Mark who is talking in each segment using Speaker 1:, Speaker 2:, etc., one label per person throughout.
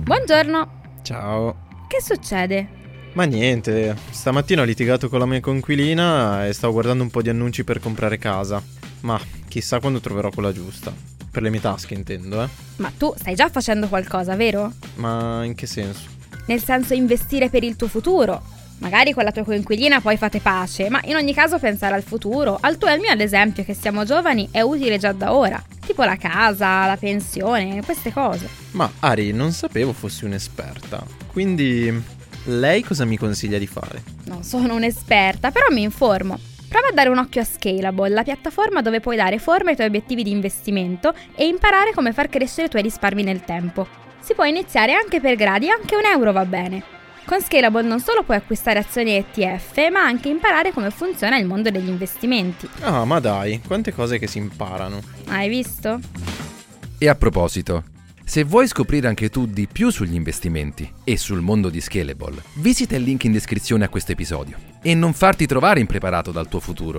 Speaker 1: Buongiorno.
Speaker 2: Ciao.
Speaker 1: Che succede?
Speaker 2: Ma niente, stamattina ho litigato con la mia coinquilina e stavo guardando un po' di annunci per comprare casa. Ma chissà quando troverò quella giusta. Per le mie tasche intendo,
Speaker 1: Ma tu stai già facendo qualcosa, vero?
Speaker 2: Ma in che senso?
Speaker 1: Nel senso investire per il tuo futuro. Magari con la tua coinquilina poi fate pace, ma in ogni caso pensare al futuro, al tuo e al mio ad esempio, che siamo giovani, è utile già da ora. Tipo la casa, la pensione, queste cose.
Speaker 2: Ma Ari, non sapevo fossi un'esperta. Quindi lei cosa mi consiglia di fare?
Speaker 1: Non sono un'esperta, però mi informo. Prova a dare un occhio a Scalable, la piattaforma dove puoi dare forma ai tuoi obiettivi di investimento e imparare come far crescere i tuoi risparmi nel tempo. Si può iniziare anche per gradi, anche €1 va bene. Con Scalable non solo puoi acquistare azioni e ETF, ma anche imparare come funziona il mondo degli investimenti.
Speaker 2: Ah, ma dai, quante cose che si imparano.
Speaker 1: Hai visto?
Speaker 3: E a proposito, se vuoi scoprire anche tu di più sugli investimenti e sul mondo di Scalable, visita il link in descrizione a questo episodio e non farti trovare impreparato dal tuo futuro.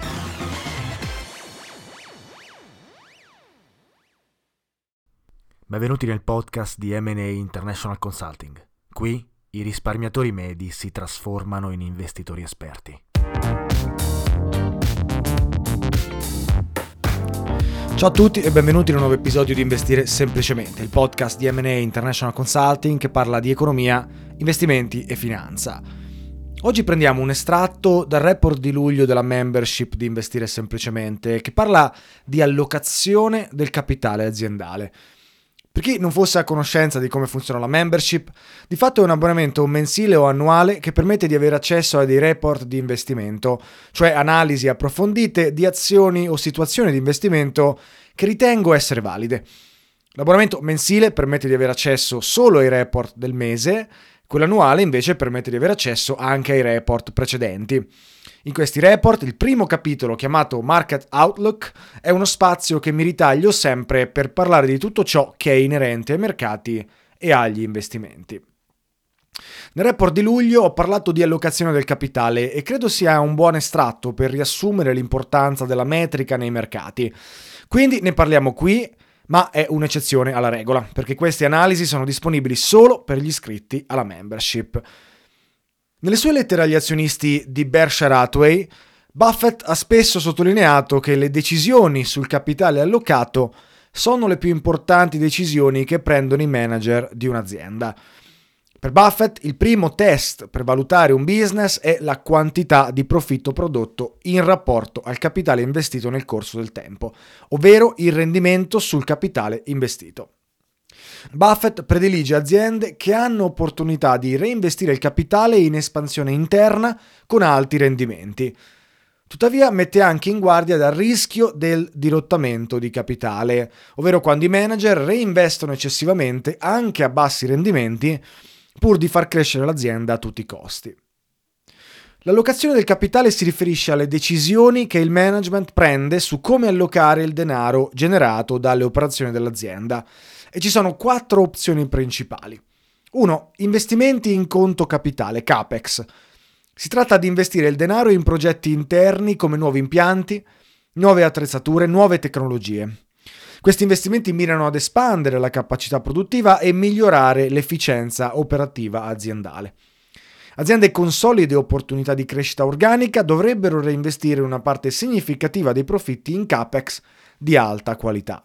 Speaker 4: Benvenuti nel podcast di M&A International Consulting. Qui i risparmiatori medi si trasformano in investitori esperti. Ciao a tutti e benvenuti in un nuovo episodio di Investire Semplicemente, il podcast di M&A International Consulting che parla di economia, investimenti e finanza. Oggi prendiamo un estratto dal report di luglio della membership di Investire Semplicemente che parla di allocazione del capitale aziendale. Per chi non fosse a conoscenza di come funziona la membership, di fatto è un abbonamento mensile o annuale che permette di avere accesso a dei report di investimento, cioè analisi approfondite di azioni o situazioni di investimento che ritengo essere valide. L'abbonamento mensile permette di avere accesso solo ai report del mese, quello annuale invece permette di avere accesso anche ai report precedenti. In questi report, il primo capitolo, chiamato Market Outlook, è uno spazio che mi ritaglio sempre per parlare di tutto ciò che è inerente ai mercati e agli investimenti. Nel report di luglio ho parlato di allocazione del capitale e credo sia un buon estratto per riassumere l'importanza della metrica nei mercati. Quindi ne parliamo qui, ma è un'eccezione alla regola, perché queste analisi sono disponibili solo per gli iscritti alla membership. Nelle sue lettere agli azionisti di Berkshire Hathaway, Buffett ha spesso sottolineato che le decisioni sul capitale allocato sono le più importanti decisioni che prendono i manager di un'azienda. Per Buffett, il primo test per valutare un business è la quantità di profitto prodotto in rapporto al capitale investito nel corso del tempo, ovvero il rendimento sul capitale investito. Buffett predilige aziende che hanno opportunità di reinvestire il capitale in espansione interna con alti rendimenti. Tuttavia mette anche in guardia dal rischio del dirottamento di capitale, ovvero quando i manager reinvestono eccessivamente anche a bassi rendimenti pur di far crescere l'azienda a tutti i costi. L'allocazione del capitale si riferisce alle decisioni che il management prende su come allocare il denaro generato dalle operazioni dell'azienda. E ci sono 4 opzioni principali. 1. Investimenti in conto capitale, CAPEX. Si tratta di investire il denaro in progetti interni come nuovi impianti, nuove attrezzature, nuove tecnologie. Questi investimenti mirano ad espandere la capacità produttiva e migliorare l'efficienza operativa aziendale. Aziende con solide opportunità di crescita organica dovrebbero reinvestire una parte significativa dei profitti in CAPEX di alta qualità.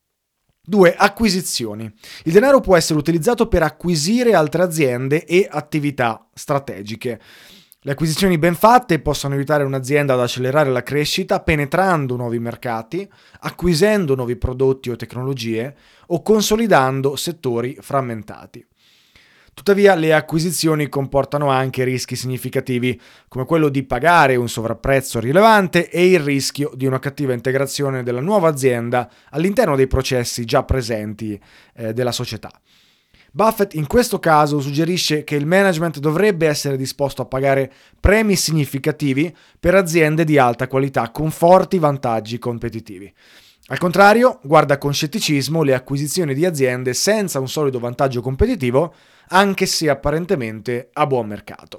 Speaker 4: 2. Acquisizioni. Il denaro può essere utilizzato per acquisire altre aziende e attività strategiche. Le acquisizioni ben fatte possono aiutare un'azienda ad accelerare la crescita penetrando nuovi mercati, acquisendo nuovi prodotti o tecnologie o consolidando settori frammentati. Tuttavia, le acquisizioni comportano anche rischi significativi, come quello di pagare un sovrapprezzo rilevante e il rischio di una cattiva integrazione della nuova azienda all'interno dei processi già presenti della società. Buffett in questo caso suggerisce che il management dovrebbe essere disposto a pagare premi significativi per aziende di alta qualità con forti vantaggi competitivi. Al contrario, guarda con scetticismo le acquisizioni di aziende senza un solido vantaggio competitivo, anche se apparentemente a buon mercato.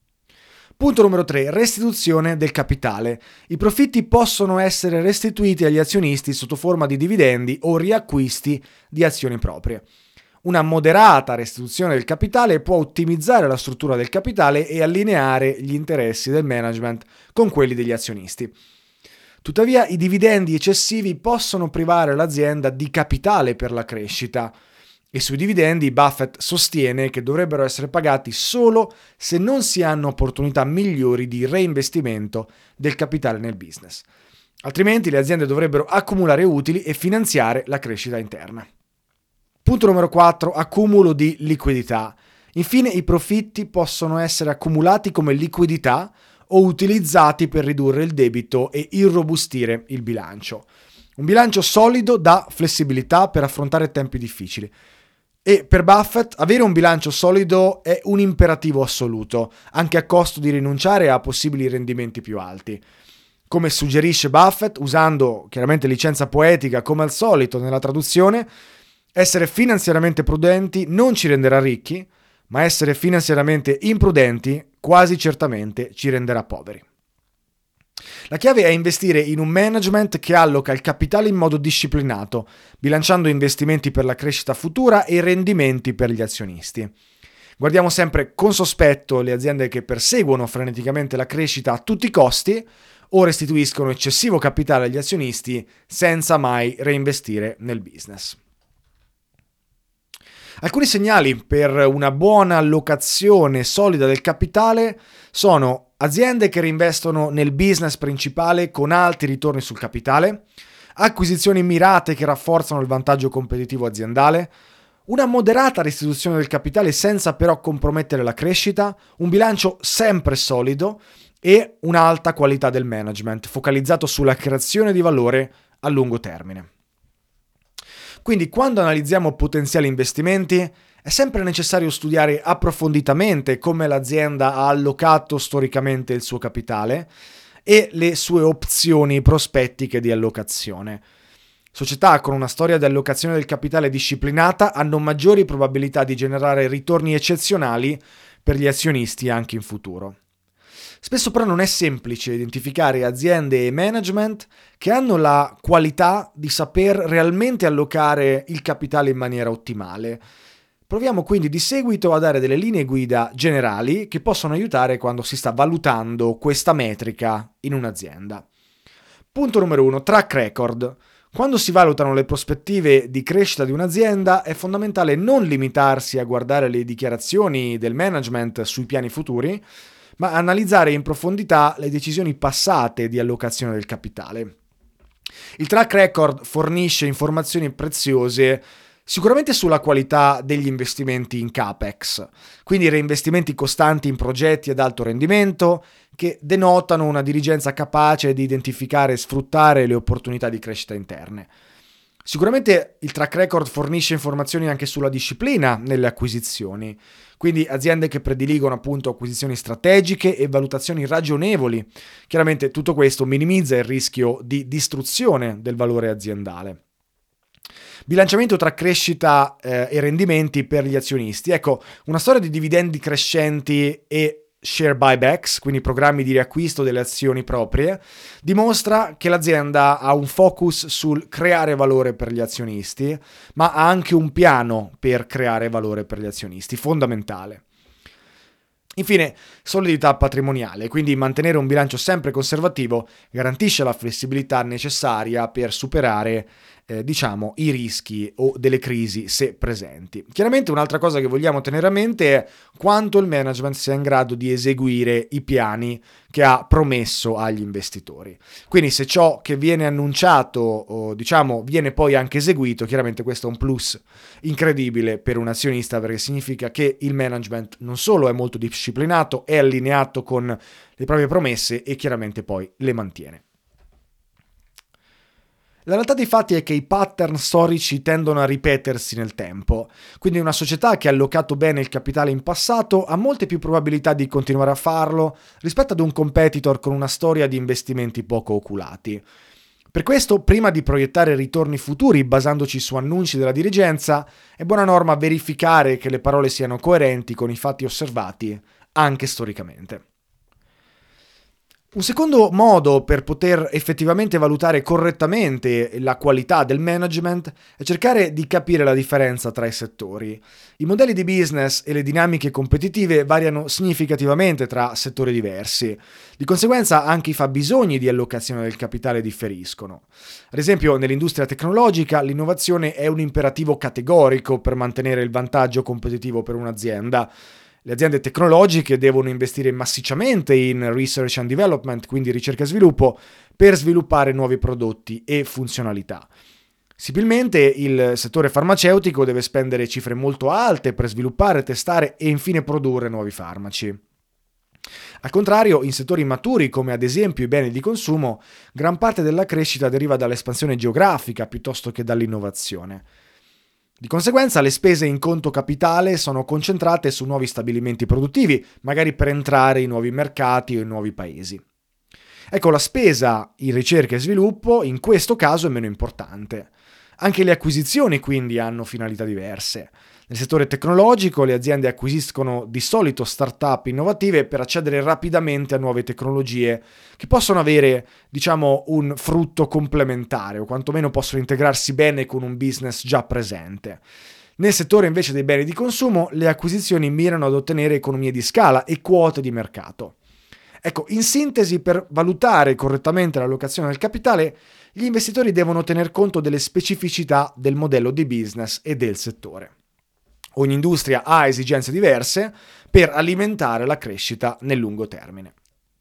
Speaker 4: Punto numero 3. Restituzione del capitale. I profitti possono essere restituiti agli azionisti sotto forma di dividendi o riacquisti di azioni proprie. Una moderata restituzione del capitale può ottimizzare la struttura del capitale e allineare gli interessi del management con quelli degli azionisti. Tuttavia, i dividendi eccessivi possono privare l'azienda di capitale per la crescita e sui dividendi Buffett sostiene che dovrebbero essere pagati solo se non si hanno opportunità migliori di reinvestimento del capitale nel business. Altrimenti le aziende dovrebbero accumulare utili e finanziare la crescita interna. Punto numero 4. Accumulo di liquidità. Infine, i profitti possono essere accumulati come liquidità o utilizzati per ridurre il debito e irrobustire il bilancio. Un bilancio solido dà flessibilità per affrontare tempi difficili. E per Buffett avere un bilancio solido è un imperativo assoluto, anche a costo di rinunciare a possibili rendimenti più alti. Come suggerisce Buffett, usando chiaramente licenza poetica come al solito nella traduzione, essere finanziariamente prudenti non ci renderà ricchi, ma essere finanziariamente imprudenti quasi certamente ci renderà poveri. La chiave è investire in un management che alloca il capitale in modo disciplinato, bilanciando investimenti per la crescita futura e rendimenti per gli azionisti. Guardiamo sempre con sospetto le aziende che perseguono freneticamente la crescita a tutti i costi o restituiscono eccessivo capitale agli azionisti senza mai reinvestire nel business. Alcuni segnali per una buona allocazione solida del capitale sono aziende che reinvestono nel business principale con alti ritorni sul capitale, acquisizioni mirate che rafforzano il vantaggio competitivo aziendale, una moderata restituzione del capitale senza però compromettere la crescita, un bilancio sempre solido e un'alta qualità del management, focalizzato sulla creazione di valore a lungo termine. Quindi quando analizziamo potenziali investimenti è sempre necessario studiare approfonditamente come l'azienda ha allocato storicamente il suo capitale e le sue opzioni prospettiche di allocazione. Società con una storia di allocazione del capitale disciplinata hanno maggiori probabilità di generare ritorni eccezionali per gli azionisti anche in futuro. Spesso però non è semplice identificare aziende e management che hanno la qualità di saper realmente allocare il capitale in maniera ottimale. Proviamo quindi di seguito a dare delle linee guida generali che possono aiutare quando si sta valutando questa metrica in un'azienda. Punto numero 1. Track record. Quando si valutano le prospettive di crescita di un'azienda è fondamentale non limitarsi a guardare le dichiarazioni del management sui piani futuri, ma analizzare in profondità le decisioni passate di allocazione del capitale. Il track record fornisce informazioni preziose sicuramente sulla qualità degli investimenti in CAPEX, quindi reinvestimenti costanti in progetti ad alto rendimento che denotano una dirigenza capace di identificare e sfruttare le opportunità di crescita interne. Sicuramente il track record fornisce informazioni anche sulla disciplina nelle acquisizioni, quindi aziende che prediligono appunto acquisizioni strategiche e valutazioni ragionevoli. Chiaramente tutto questo minimizza il rischio di distruzione del valore aziendale. Bilanciamento tra crescita e rendimenti per gli azionisti. Ecco, una storia di dividendi crescenti e share buybacks, quindi programmi di riacquisto delle azioni proprie, dimostra che l'azienda ha un focus sul creare valore per gli azionisti, ma ha anche un piano per creare valore per gli azionisti, fondamentale. Infine, solidità patrimoniale, quindi mantenere un bilancio sempre conservativo garantisce la flessibilità necessaria per superare i rischi o delle crisi se presenti. Chiaramente un'altra cosa che vogliamo tenere a mente è quanto il management sia in grado di eseguire i piani che ha promesso agli investitori. Quindi se ciò che viene annunciato viene poi anche eseguito, chiaramente questo è un plus incredibile per un azionista, perché significa che il management non solo è molto disciplinato, è allineato con le proprie promesse e chiaramente poi le mantiene. La realtà dei fatti è che i pattern storici tendono a ripetersi nel tempo, quindi una società che ha allocato bene il capitale in passato ha molte più probabilità di continuare a farlo rispetto ad un competitor con una storia di investimenti poco oculati. Per questo, prima di proiettare ritorni futuri basandoci su annunci della dirigenza, è buona norma verificare che le parole siano coerenti con i fatti osservati, anche storicamente. Un secondo modo per poter effettivamente valutare correttamente la qualità del management è cercare di capire la differenza tra i settori. I modelli di business e le dinamiche competitive variano significativamente tra settori diversi. Di conseguenza anche i fabbisogni di allocazione del capitale differiscono. Ad esempio, nell'industria tecnologica l'innovazione è un imperativo categorico per mantenere il vantaggio competitivo per un'azienda. Le aziende tecnologiche devono investire massicciamente in research and development, quindi ricerca e sviluppo, per sviluppare nuovi prodotti e funzionalità. Similmente, il settore farmaceutico deve spendere cifre molto alte per sviluppare, testare e infine produrre nuovi farmaci. Al contrario, in settori maturi come ad esempio i beni di consumo, gran parte della crescita deriva dall'espansione geografica piuttosto che dall'innovazione. Di conseguenza le spese in conto capitale sono concentrate su nuovi stabilimenti produttivi, magari per entrare in nuovi mercati o in nuovi paesi. Ecco, la spesa in ricerca e sviluppo in questo caso è meno importante. Anche le acquisizioni quindi hanno finalità diverse. Nel settore tecnologico le aziende acquisiscono di solito start-up innovative per accedere rapidamente a nuove tecnologie che possono avere, un frutto complementare o quantomeno possono integrarsi bene con un business già presente. Nel settore invece dei beni di consumo le acquisizioni mirano ad ottenere economie di scala e quote di mercato. Ecco, in sintesi, per valutare correttamente l'allocazione del capitale, gli investitori devono tener conto delle specificità del modello di business e del settore. Ogni industria ha esigenze diverse per alimentare la crescita nel lungo termine.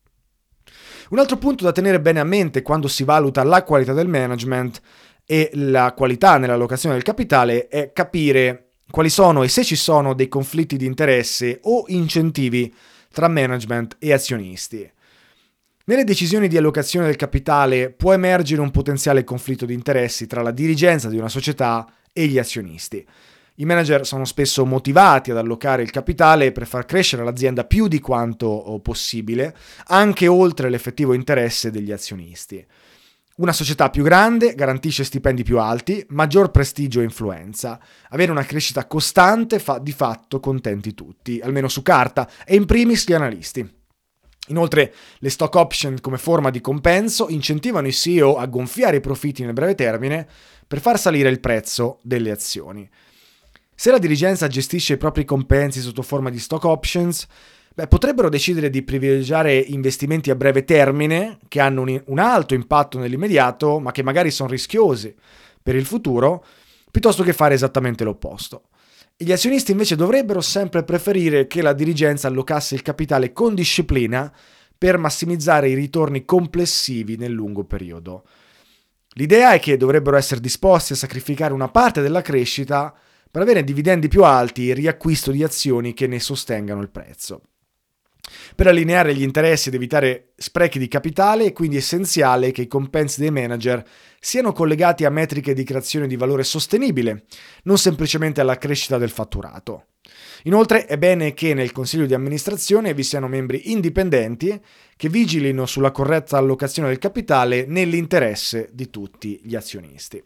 Speaker 4: Un altro punto da tenere bene a mente quando si valuta la qualità del management e la qualità nell'allocazione del capitale è capire quali sono e se ci sono dei conflitti di interesse o incentivi tra management e azionisti. Nelle decisioni di allocazione del capitale può emergere un potenziale conflitto di interessi tra la dirigenza di una società e gli azionisti. I manager sono spesso motivati ad allocare il capitale per far crescere l'azienda più di quanto possibile, anche oltre l'effettivo interesse degli azionisti. Una società più grande garantisce stipendi più alti, maggior prestigio e influenza. Avere una crescita costante fa di fatto contenti tutti, almeno su carta, e in primis gli analisti. Inoltre, le stock option come forma di compenso incentivano i CEO a gonfiare i profitti nel breve termine per far salire il prezzo delle azioni. Se la dirigenza gestisce i propri compensi sotto forma di stock options, potrebbero decidere di privilegiare investimenti a breve termine che hanno un alto impatto nell'immediato, ma che magari sono rischiosi per il futuro, piuttosto che fare esattamente l'opposto. E gli azionisti invece dovrebbero sempre preferire che la dirigenza allocasse il capitale con disciplina per massimizzare i ritorni complessivi nel lungo periodo. L'idea è che dovrebbero essere disposti a sacrificare una parte della crescita per avere dividendi più alti e riacquisto di azioni che ne sostengano il prezzo. Per allineare gli interessi ed evitare sprechi di capitale è quindi essenziale che i compensi dei manager siano collegati a metriche di creazione di valore sostenibile, non semplicemente alla crescita del fatturato. Inoltre è bene che nel consiglio di amministrazione vi siano membri indipendenti che vigilino sulla corretta allocazione del capitale nell'interesse di tutti gli azionisti.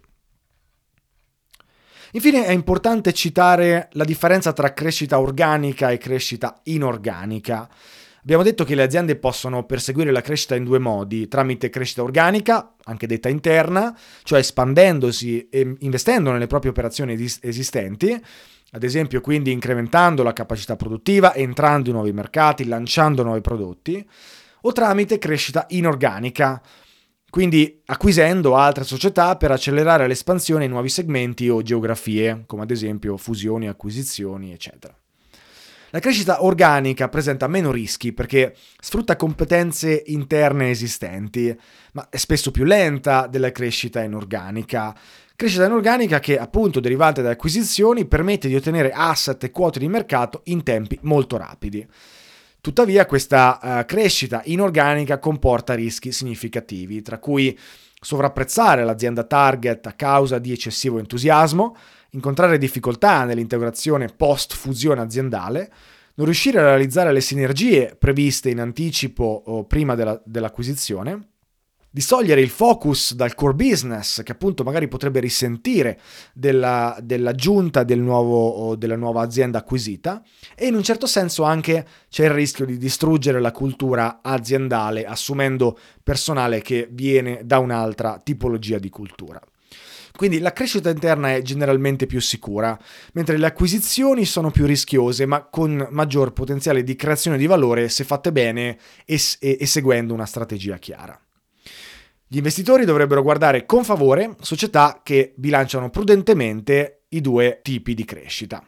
Speaker 4: Infine è importante citare la differenza tra crescita organica e crescita inorganica. Abbiamo detto che le aziende possono perseguire la crescita in due modi, tramite crescita organica, anche detta interna, cioè espandendosi e investendo nelle proprie operazioni esistenti, ad esempio quindi incrementando la capacità produttiva, entrando in nuovi mercati, lanciando nuovi prodotti, o tramite crescita inorganica, quindi acquisendo altre società per accelerare l'espansione in nuovi segmenti o geografie, come ad esempio fusioni, acquisizioni, eccetera. La crescita organica presenta meno rischi perché sfrutta competenze interne esistenti, ma è spesso più lenta della crescita inorganica. Crescita inorganica che, appunto, derivante da acquisizioni, permette di ottenere asset e quote di mercato in tempi molto rapidi. Tuttavia questa crescita inorganica comporta rischi significativi, tra cui sovrapprezzare l'azienda target a causa di eccessivo entusiasmo, incontrare difficoltà nell'integrazione post-fusione aziendale, non riuscire a realizzare le sinergie previste in anticipo o prima dell'acquisizione, distogliere il focus dal core business, che appunto magari potrebbe risentire dell'aggiunta della nuova azienda acquisita, e in un certo senso anche c'è il rischio di distruggere la cultura aziendale assumendo personale che viene da un'altra tipologia di cultura. Quindi la crescita interna è generalmente più sicura, mentre le acquisizioni sono più rischiose, ma con maggior potenziale di creazione di valore se fatte bene e seguendo una strategia chiara. Gli investitori dovrebbero guardare con favore società che bilanciano prudentemente i due tipi di crescita.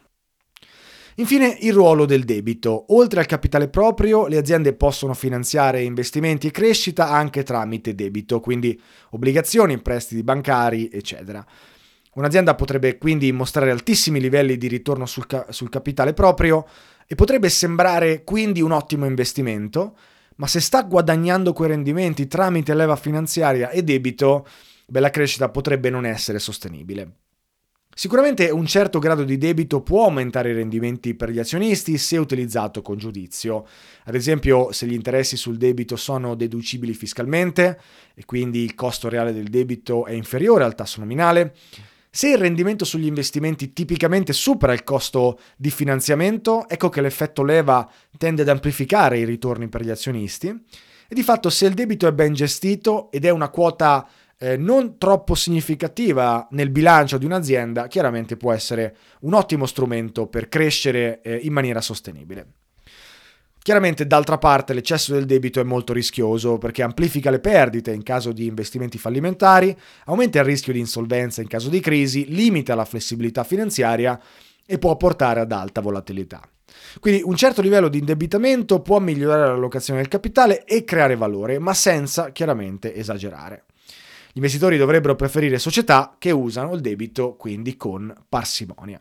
Speaker 4: Infine, il ruolo del debito. Oltre al capitale proprio, le aziende possono finanziare investimenti e crescita anche tramite debito, quindi obbligazioni, prestiti bancari, eccetera. Un'azienda potrebbe quindi mostrare altissimi livelli di ritorno sul capitale proprio e potrebbe sembrare quindi un ottimo investimento, ma se sta guadagnando quei rendimenti tramite leva finanziaria e debito, la crescita potrebbe non essere sostenibile. Sicuramente un certo grado di debito può aumentare i rendimenti per gli azionisti se utilizzato con giudizio. Ad esempio, se gli interessi sul debito sono deducibili fiscalmente e quindi il costo reale del debito è inferiore al tasso nominale, se il rendimento sugli investimenti tipicamente supera il costo di finanziamento, ecco che l'effetto leva tende ad amplificare i ritorni per gli azionisti. E di fatto, se il debito è ben gestito ed è una quota non troppo significativa nel bilancio di un'azienda, chiaramente può essere un ottimo strumento per crescere in maniera sostenibile. Chiaramente, d'altra parte, l'eccesso del debito è molto rischioso perché amplifica le perdite in caso di investimenti fallimentari, aumenta il rischio di insolvenza in caso di crisi, limita la flessibilità finanziaria e può portare ad alta volatilità. Quindi un certo livello di indebitamento può migliorare l'allocazione del capitale e creare valore, ma senza chiaramente esagerare. Gli investitori dovrebbero preferire società che usano il debito quindi con parsimonia.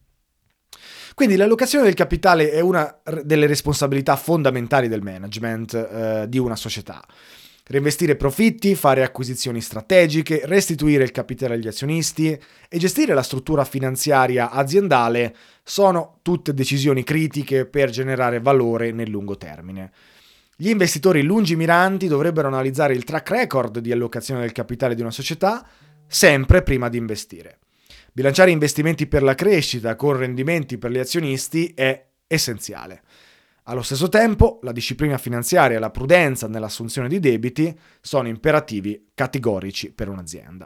Speaker 4: Quindi l'allocazione del capitale è una delle responsabilità fondamentali del management di una società. Reinvestire profitti, fare acquisizioni strategiche, restituire il capitale agli azionisti e gestire la struttura finanziaria aziendale sono tutte decisioni critiche per generare valore nel lungo termine. Gli investitori lungimiranti dovrebbero analizzare il track record di allocazione del capitale di una società sempre prima di investire. Bilanciare investimenti per la crescita con rendimenti per gli azionisti è essenziale. Allo stesso tempo, la disciplina finanziaria e la prudenza nell'assunzione di debiti sono imperativi categorici per un'azienda.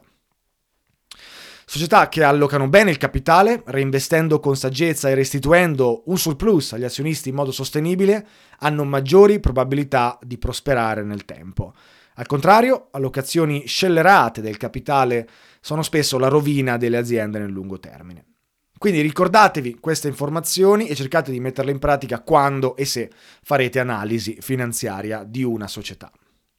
Speaker 4: Società che allocano bene il capitale, reinvestendo con saggezza e restituendo un surplus agli azionisti in modo sostenibile, hanno maggiori probabilità di prosperare nel tempo. Al contrario, allocazioni scellerate del capitale sono spesso la rovina delle aziende nel lungo termine. Quindi ricordatevi queste informazioni e cercate di metterle in pratica quando e se farete analisi finanziaria di una società.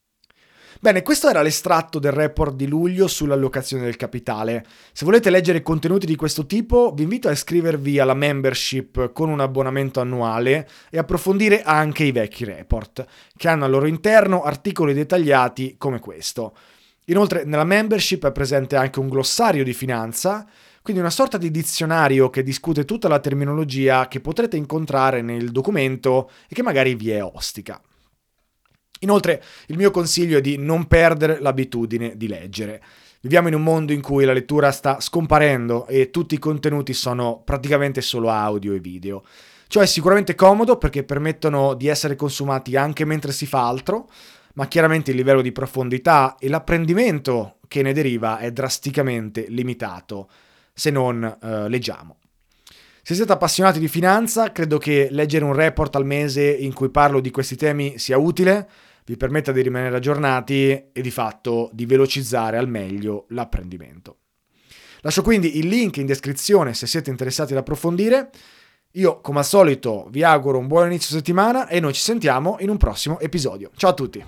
Speaker 4: Bene, questo era l'estratto del report di luglio sull'allocazione del capitale. Se volete leggere contenuti di questo tipo, vi invito a iscrivervi alla membership con un abbonamento annuale e approfondire anche i vecchi report, che hanno al loro interno articoli dettagliati come questo. Inoltre, nella membership è presente anche un glossario di finanza, quindi una sorta di dizionario che discute tutta la terminologia che potrete incontrare nel documento e che magari vi è ostica. Inoltre, il mio consiglio è di non perdere l'abitudine di leggere. Viviamo in un mondo in cui la lettura sta scomparendo e tutti i contenuti sono praticamente solo audio e video. Ciò è sicuramente comodo perché permettono di essere consumati anche mentre si fa altro, ma chiaramente il livello di profondità e l'apprendimento che ne deriva è drasticamente limitato se non leggiamo. Se siete appassionati di finanza, credo che leggere un report al mese in cui parlo di questi temi sia utile, vi permetta di rimanere aggiornati e di fatto di velocizzare al meglio l'apprendimento. Lascio quindi il link in descrizione se siete interessati ad approfondire. Io, come al solito, vi auguro un buon inizio settimana e noi ci sentiamo in un prossimo episodio. Ciao a tutti!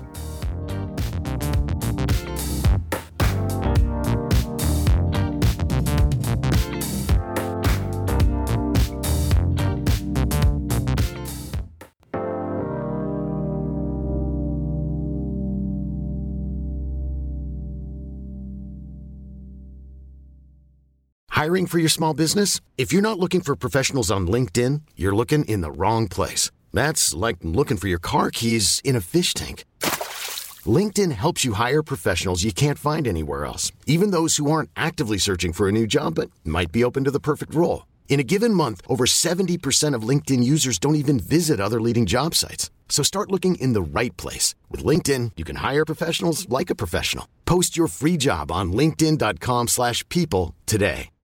Speaker 5: Hiring for your small business? If you're not looking for professionals on LinkedIn, you're looking in the wrong place. That's like looking for your car keys in a fish tank. LinkedIn helps you hire professionals you can't find anywhere else, even those who aren't actively searching for a new job but might be open to the perfect role. In a given month, over 70% of LinkedIn users don't even visit other leading job sites. So start looking in the right place. With LinkedIn, you can hire professionals like a professional. Post your free job on linkedin.com/people today.